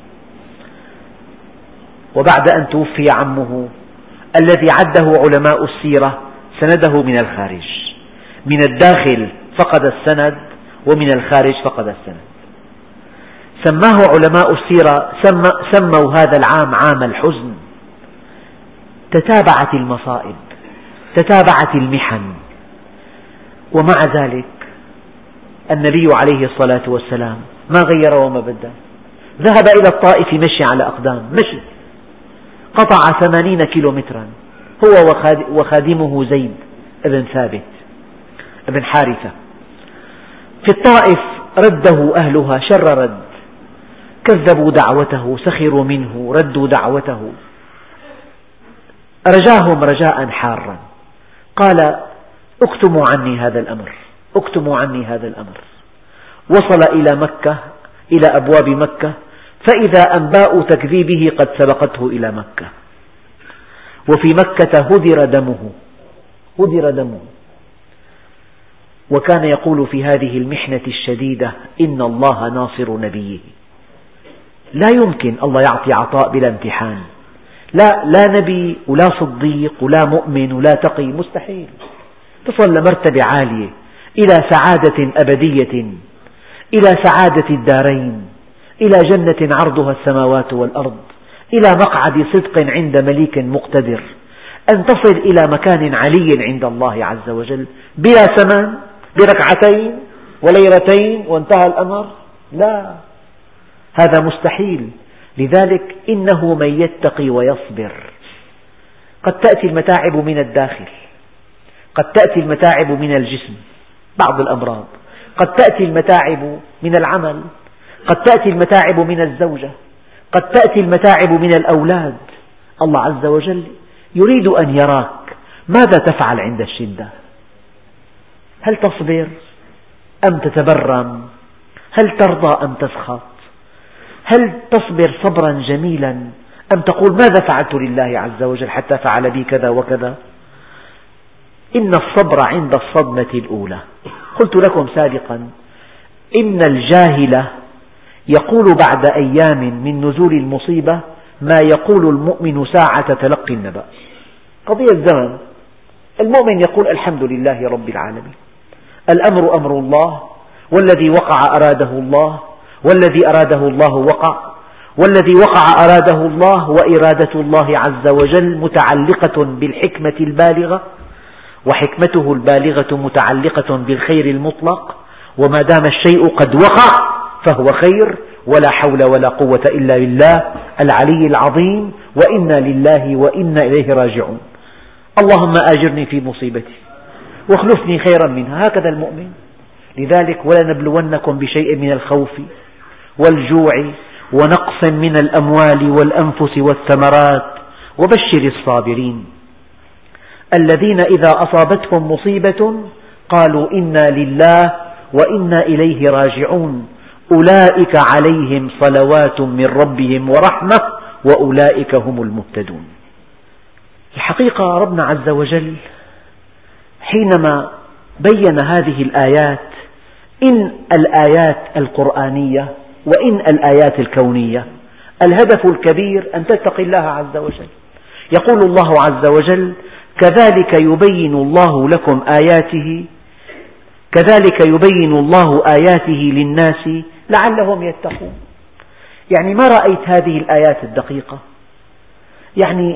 وبعد أن توفي عمه الذي عده علماء السيرة سنده من الخارج. من الداخل فقد السند، ومن الخارج فقد السند. سماه علماء السيرة، سموا هذا العام عام الحزن. تتابعت المصائب، تتابعت المحن، ومع ذلك النبي عليه الصلاة والسلام ما غير وما بدل. ذهب إلى الطائف مشي على أقدام، مشي قطع ثمانين كيلو مترا هو وخادمه زيد بن ثابت بن حارثة. في الطائف رده أهلها شر رد، كذبوا دعوته، سخروا منه، ردوا دعوته، رجاهم رجاء حارا. قال: اكتموا عني هذا الأمر، اكتموا عني هذا الأمر. وصل إلى مكة، إلى أبواب مكة، فإذا أنباء تكذيبه قد سبقته إلى مكة، وفي مكة هدر دمه، هدر دمه. وكان يقول في هذه المحنة الشديدة: إن الله ناصر نبيه. لا يمكن الله يعطي عطاء بلا امتحان، لا, لا نبي ولا صديق ولا مؤمن ولا تقي، مستحيل. تصل لمرتبة عالية، إلى سعادة أبدية، إلى سعادة الدارين، إلى جنة عرضها السماوات والأرض، إلى مقعد صدق عند مليك مقتدر، أن تصل إلى مكان علي عند الله عز وجل بلا ثمن، بركعتين وليلتين وانتهى الأمر. لا، هذا مستحيل. لذلك إنه من يتقي ويصبر. قد تأتي المتاعب من الداخل، قد تأتي المتاعب من الجسم، بعض الأمراض، قد تأتي المتاعب من العمل، قد تأتي المتاعب من الزوجة، قد تأتي المتاعب من الأولاد. الله عز وجل يريد أن يراك ماذا تفعل عند الشدة. هل تصبر أم تتبرم؟ هل ترضى أم تسخط؟ هل تصبر صبرا جميلا أم تقول ماذا فعلت لله عز وجل حتى فعل بي كذا وكذا؟ إن الصبر عند الصدمة الأولى. قلت لكم سابقا إن الجاهل يقول بعد أيام من نزول المصيبة ما يقول المؤمن ساعة تلقي النبأ. قضية زمن. المؤمن يقول الحمد لله رب العالمين، الأمر أمر الله، والذي وقع أراده الله، والذي أراده الله وقع، والذي وقع أراده الله، وإرادة الله عز وجل متعلقة بالحكمة البالغة، وحكمته البالغة متعلقة بالخير المطلق، وما دام الشيء قد وقع فهو خير، ولا حول ولا قوة إلا بالله العلي العظيم، وإنا لله وإنا إليه راجعون. اللهم آجرني في مصيبتي واخلفني خيرا منها. هكذا المؤمن. لذلك ولنبلونكم بشيء من الخوف والجوع ونقص من الأموال والأنفس والثمرات وبشر الصابرين الذين إذا أصابتهم مصيبة قالوا إنا لله وإنا إليه راجعون أولئك عليهم صلوات من ربهم ورحمة وأولئك هم المهتدون. الحقيقة ربنا عز وجل حينما بين هذه الآيات، إن الآيات القرآنية وإن الآيات الكونية، الهدف الكبير أن تتقي الله عز وجل. يقول الله عز وجل: كذلك يبين الله لكم آياته، كذلك يبين الله آياته للناس لعلهم يتقون. يعني ما رأيت هذه الآيات الدقيقة؟ يعني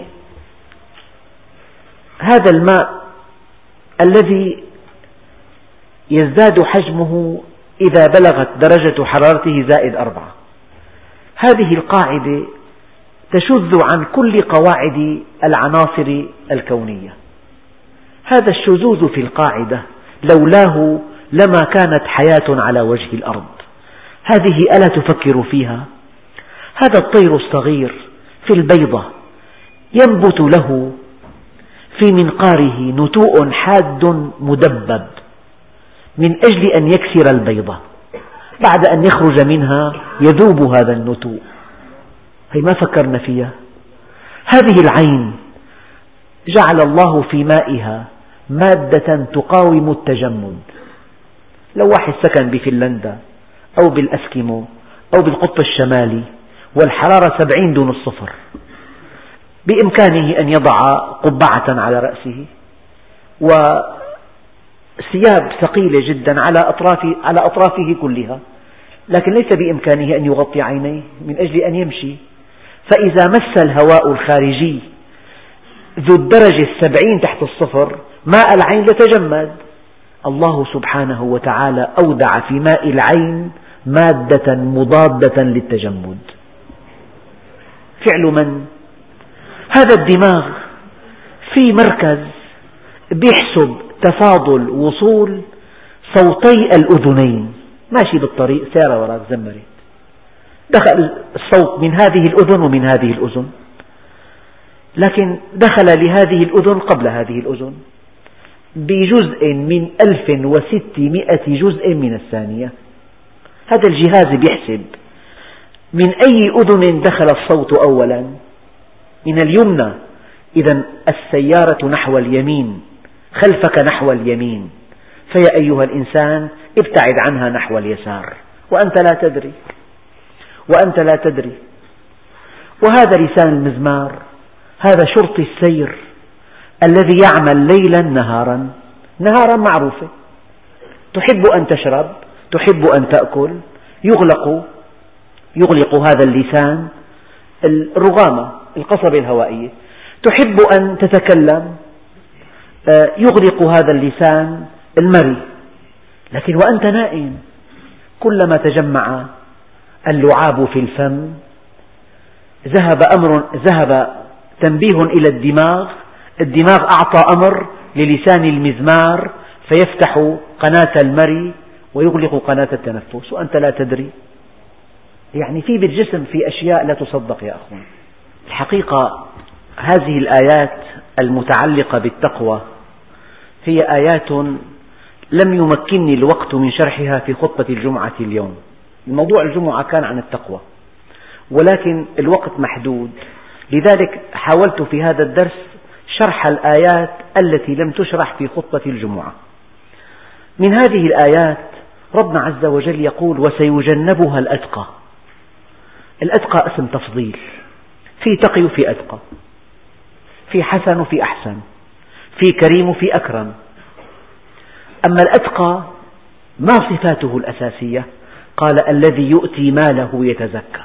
هذا الماء الذي يزداد حجمه إذا بلغت درجة حرارته زائد أربعة، هذه القاعدة تشذ عن كل قواعد العناصر الكونية. هذا الشذوذ في القاعدة لولاه لما كانت حياة على وجه الأرض. هذه ألا تفكر فيها؟ هذا الطير الصغير في البيضة ينبت له في منقاره نتوء حاد مدبب من أجل أن يكسر البيضة، بعد أن يخرج منها يذوب هذا النتوء. هي ما فكرنا فيها. هذه العين جعل الله في مائها مادة تقاوم التجمد. لو واحد سكن بفنلندا أو بالأسكيمو أو بالقطب الشمالي والحرارة سبعين دون الصفر، بإمكانه أن يضع قبعة على رأسه وثياب ثقيلة جدا على أطراف على أطرافه كلها، لكن ليس بإمكانه أن يغطي عينيه من أجل أن يمشي. فإذا مس الهواء الخارجي ذو الدرجة السبعين تحت الصفر ماء العين لتجمد. الله سبحانه وتعالى أودع في ماء العين مادة مضادة للتجمد. فعل من؟ هذا الدماغ في مركز بيحسب تفاضل وصول صوتي الأذنين. ماشي بالطريق سيارة وراك زمرت، دخل الصوت من هذه الأذن ومن هذه الأذن، لكن دخل لهذه الأذن قبل هذه الأذن بجزء من ألف وستمائة جزء من الثانية. هذا الجهاز بيحسب من أي أذن دخل الصوت أولا، من اليمنى، إذا السيارة نحو اليمين، خلفك نحو اليمين، فيا أيها الإنسان ابتعد عنها نحو اليسار وأنت لا تدري وأنت لا تدري. وهذا لسان المزمار، هذا شرطي السير الذي يعمل ليلا نهارا. نهارا معروفة، تحب أن تشرب، تحب أن تأكل، يغلق يغلق هذا اللسان الرغامة القصبة الهوائية. تحب أن تتكلم، يغلق هذا اللسان المري. لكن وأنت نائم كلما تجمع اللعاب في الفم ذهب أمر ذهب تنبيه إلى الدماغ، الدماغ أعطى أمر للسان المزمار فيفتح قناة المري ويغلق قناة التنفس وأنت لا تدري. يعني في بالجسم في أشياء لا تصدق يا أخوان. الحقيقة هذه الآيات المتعلقة بالتقوى هي آيات لم يمكنني الوقت من شرحها في خطبة الجمعة اليوم. الموضوع الجمعة كان عن التقوى، ولكن الوقت محدود، لذلك حاولت في هذا الدرس شرح الآيات التي لم تشرح في خطبة الجمعة. من هذه الآيات ربنا عز وجل يقول: وسيجنبها الأتقى. الأتقى اسم تفضيل، في تقي وفي أتقى، في حسن وفي أحسن، في كريم وفي أكرم. أما الأتقى ما صفاته الأساسية؟ قال: الذي يؤتي ماله يتزكى.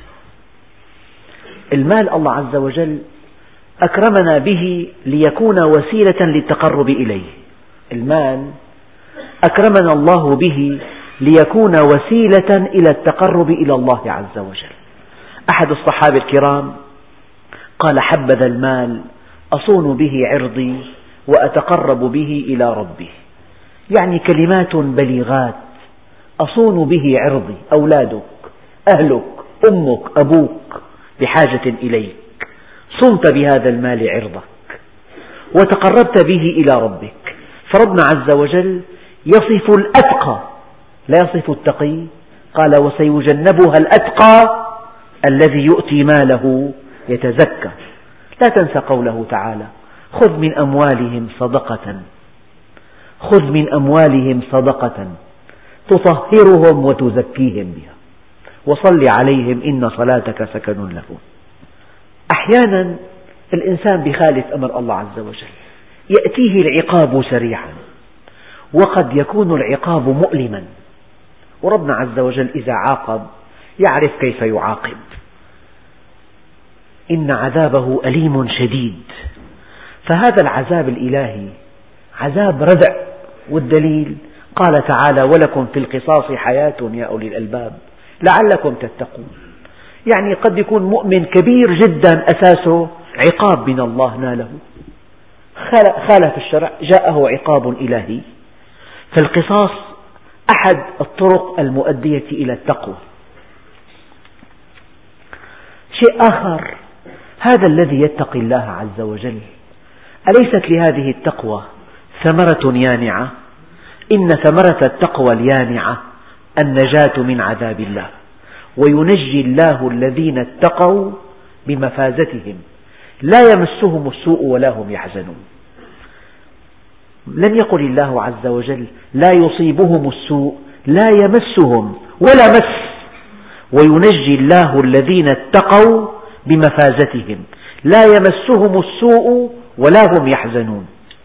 المال الله عز وجل أكرمنا به ليكون وسيلة للتقرب إليه. المال أكرمنا الله به ليكون وسيلة إلى التقرب إلى الله عز وجل. أحد الصحابة الكرام قال: حبذا المال أصون به عرضي وأتقرب به إلى ربي. يعني كلمات بليغات، أصون به عرضي، أولادك، أهلك، أمك، أبوك بحاجة إليك، صنت بهذا المال عرضك وتقربت به إلى ربك. فربنا عز وجل يصف الأتقى لا يصف التقي، قال: وسيجنبها الأتقى الذي يؤتي ماله يتزكى. لا تنسى قوله تعالى: خذ من أموالهم صدقة خذ من أموالهم صدقة تطهرهم وتزكيهم بها وصل عليهم إن صلاتك سكن لهم. أحيانا الإنسان بخالف أمر الله عز وجل، يأتيه العقاب سريعا، وقد يكون العقاب مؤلما، وربنا عز وجل إذا عاقب يعرف كيف يعاقب. إن عذابه أليم شديد. فهذا العذاب الإلهي عذاب ردع، والدليل قال تعالى: ولكم في القصاص حياة يا أولي الألباب لعلكم تتقون. يعني قد يكون مؤمن كبير جدا أساسه عقاب من الله ناله، خالف الشرع جاءه عقاب إلهي. فالقصاص أحد الطرق المؤدية إلى التقوى. شيء آخر، هذا الذي يتقي الله عز وجل أليست لهذه التقوى ثمرة يانعة؟ إن ثمرة التقوى اليانعة النجاة من عذاب الله، وينجي الله الذين اتقوا بمفازتهم لا يمسهم السوء ولا هم يحزنون. لم يقل الله عز وجل لا يصيبهم السوء، لا يمسهم ولا مس، وينجي الله الذين اتقوا بمفازتهم لا يمسهم السوء ولا هم يحزنون.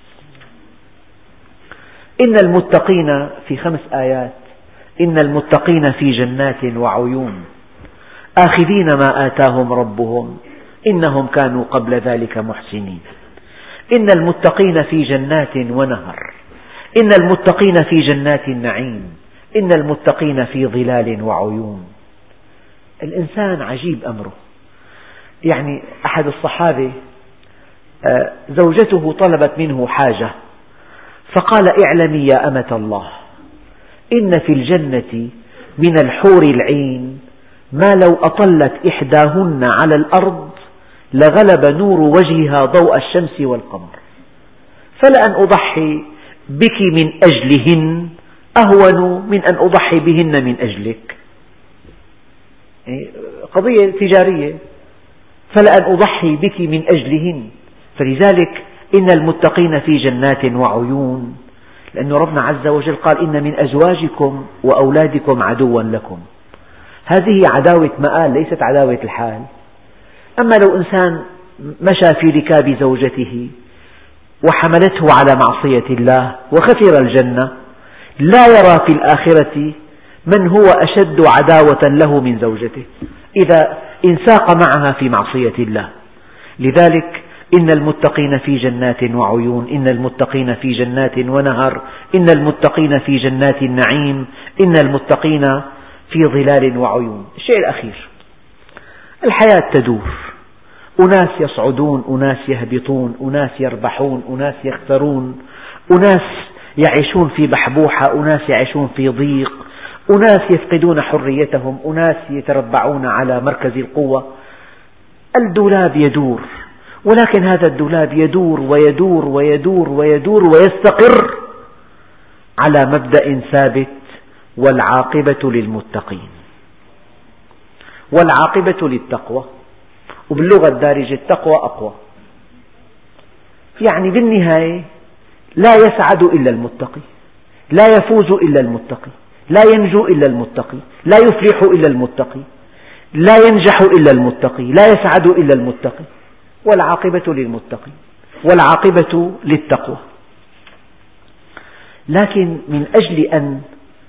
إن المتقين في خمس آيات: إن المتقين في جنات وعيون آخذين ما آتاهم ربهم إنهم كانوا قبل ذلك محسنين. إن المتقين في جنات ونهر، إن المتقين في جنات النعيم، إن المتقين في ظلال وعيون. الإنسان عجيب أمره. يعني أحد الصحابة زوجته طلبت منه حاجة فقال: اعلمي يا أمة الله إن في الجنة من الحور العين ما لو أطلت إحداهن على الأرض لغلب نور وجهها ضوء الشمس والقمر، فلأن أضحي بك من أجلهن أهون من أن أضحي بهن من أجلك. قضية تجارية، فلأن أضحي بك من أجلهن. فلذلك إن المتقين في جنات وعيون، لأن ربنا عز وجل قال: إن من أزواجكم وأولادكم عدوا لكم. هذه عداوة مآل ليست عداوة الحال. أما لو إنسان مشى في ركاب زوجته وحملته على معصية الله وخسر الجنة، لا يرى في الآخرة من هو أشد عداوة له من زوجته إذا انساق معها في معصية الله. لذلك إن المتقين في جنات وعيون، إن المتقين في جنات ونهر، إن المتقين في جنات النعيم، إن المتقين في ظلال وعيون. الشيء الأخير: الحياة تدور، أناس يصعدون، أناس يهبطون، أناس يربحون، أناس يخسرون، أناس يعيشون في بحبوحة، أناس يعيشون في ضيق، أناس يفقدون حريتهم، أناس يتربعون على مركز القوة. الدولاب يدور، ولكن هذا الدولاب يدور ويدور ويدور ويدور ويستقر على مبدأ ثابت: والعاقبة للمتقين، والعاقبة للتقوى. وباللغة الدارجة التقوى أقوى. يعني بالنهاية لا يسعد إلا المتقي، لا يفوز إلا المتقي، لا ينجو إلا المتقي، لا يفلح إلا المتقي، لا ينجح إلا المتقي، لا يسعد إلا المتقي. والعاقبة للمتقين، والعاقبة للتقوى. لكن من أجل أن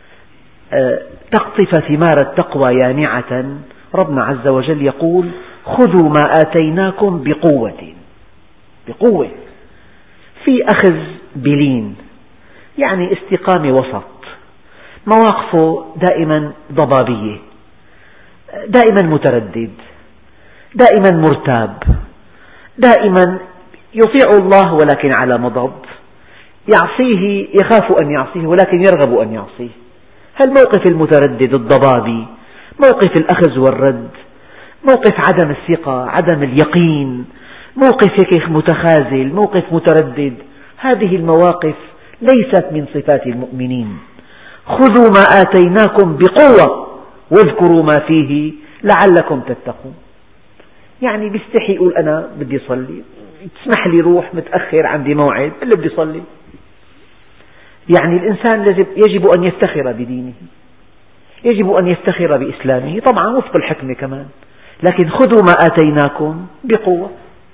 تقطف ثمار التقوى يانعة، ربنا عز وجل يقول: خذوا ما آتيناكم بقوة. بقوة، في أخذ بلين، يعني استقامة وسط، مواقفه دائما ضبابية، دائما متردد، دائما مرتاب، دائما يطيع الله ولكن على مضض، يعصيه يخاف أن يعصيه ولكن يرغب أن يعصيه. هالموقف المتردد الضبابي، موقف الأخذ والرد، موقف عدم الثقة، عدم اليقين، موقف هيك متخاذل، موقف متردد. هذه المواقف ليست من صفات المؤمنين. خذوا ما آتيناكم بقوة واذكروا ما فيه لعلكم تتقون. يعني بيستحي يقول أنا بدي أصلي، تسمح لي روح متأخر عندي موعد، اللي بدي أصلي. يعني الإنسان يجب أن يفتخر بدينه، يجب أن يفتخر بإسلامه، طبعا وفق الحكمة كمان، لكن خذوا ما آتيناكم بقوة.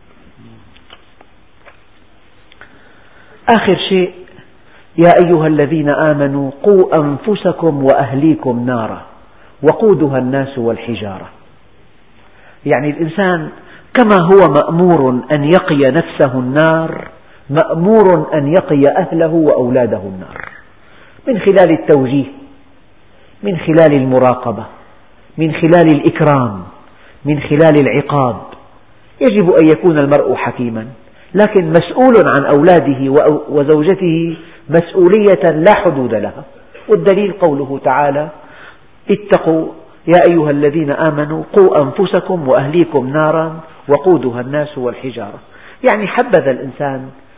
آخر شيء: يا أيها الذين آمنوا قوا أنفسكم وأهليكم نارا وقودها الناس والحجارة. يعني الإنسان كما هو مأمور أن يقي نفسه النار، مأمور أن يقي أهله وأولاده النار، من خلال التوجيه، من خلال المراقبة، من خلال الإكرام، من خلال العقاب. يجب أن يكون المرء حكيما، لكن مسؤول عن أولاده وزوجته مسؤولية لا حدود لها. والدليل قوله تعالى: اتقوا يا أيها الذين آمنوا قوا أنفسكم وأهليكم نارا وقودها الناس والحجارة. يعني حبذا الإنسان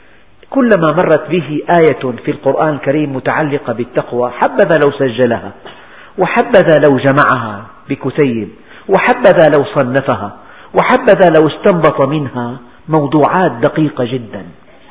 كلما مرت به آية في القرآن الكريم متعلقة بالتقوى حبذا لو سجلها، وحبذا لو جمعها بكتيب، وحبذا لو صنفها، وحبذا لو استنبط منها موضوعات دقيقة جدا.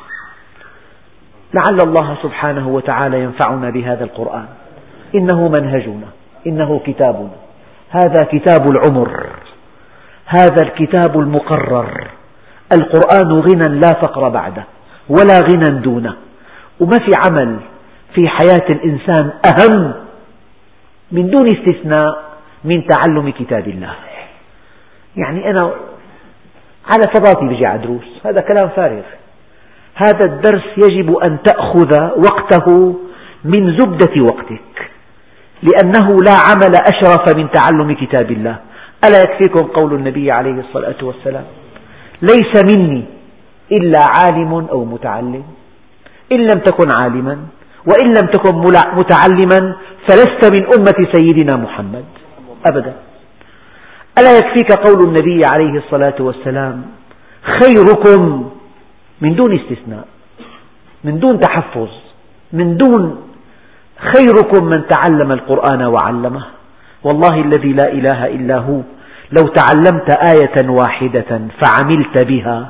لعل الله سبحانه وتعالى ينفعنا بهذا القرآن. إنه منهجنا، إنه كتابنا، هذا كتاب العمر، هذا الكتاب المقرر. القرآن غنى لا فقر بعده ولا غنى دونه، وما في عمل في حياة الإنسان أهم من دون استثناء من تعلم كتاب الله. يعني أنا على فضاتي بجي على دروس، هذا كلام فارغ. هذا الدرس يجب أن تأخذ وقته من زبدة وقتك، لأنه لا عمل أشرف من تعلم كتاب الله. ألا يكفيكم قول النبي عليه الصلاة والسلام: ليس مني إلا عالم أو متعلم. إن لم تكن عالما وإن لم تكن متعلما فلست من أمة سيدنا محمد أبدا. ألا يكفيك قول النبي عليه الصلاة والسلام: خيركم، من دون استثناء، من دون تحفظ، من دون، خيركم من تعلم القرآن وعلمه. والله الذي لا إله إلا هو، لو تعلمت آية واحدة فعملت بها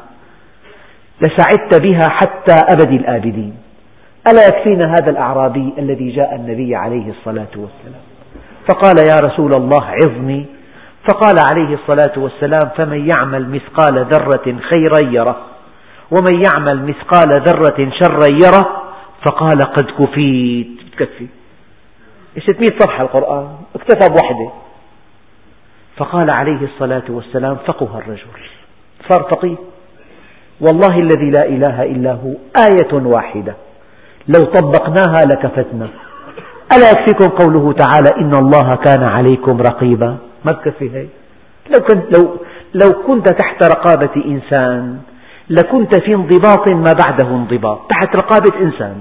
لسعدت بها حتى أبد الآبدين. ألا يكفينا هذا الأعرابي الذي جاء النبي عليه الصلاة والسلام فقال: يا رسول الله عظني. فقال عليه الصلاة والسلام: فمن يعمل مثقال ذرة خيرا يره، ومن يعمل مثقال ذرة شرا يره. فقال: قد كفيت. بتكفي ستمئة صفحة القرآن، اكتفى بوحدة. فقال عليه الصلاة والسلام: فقه الرجل، صار فقيه. والله الذي لا إله إلا هو، آية واحدة لو طبقناها لكفتنا. ألا يكفيكم قوله تعالى: إن الله كان عليكم رقيبا؟ ما بكفي هي. لو كنت, لو, لو كنت تحت رقابة إنسان لكنت في انضباط ما بعده انضباط، تحت رقابة إنسان.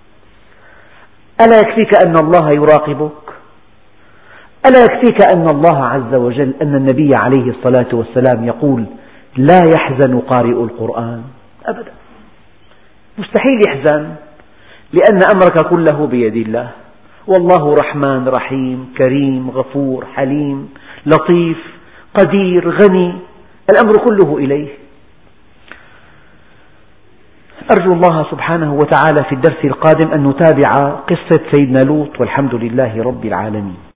ألا يكفيك أن الله يراقبك؟ ألا يكفيك أن الله عز وجل، أن النبي عليه الصلاة والسلام يقول: لا يحزن قارئ القرآن أبدا. مستحيل يحزن، لأن أمرك كله بيد الله. والله رحمن رحيم كريم غفور حليم لطيف قدير غني، الأمر كله إليه. أرجو الله سبحانه وتعالى في الدرس القادم أن نتابع قصة سيدنا لوط، والحمد لله رب العالمين.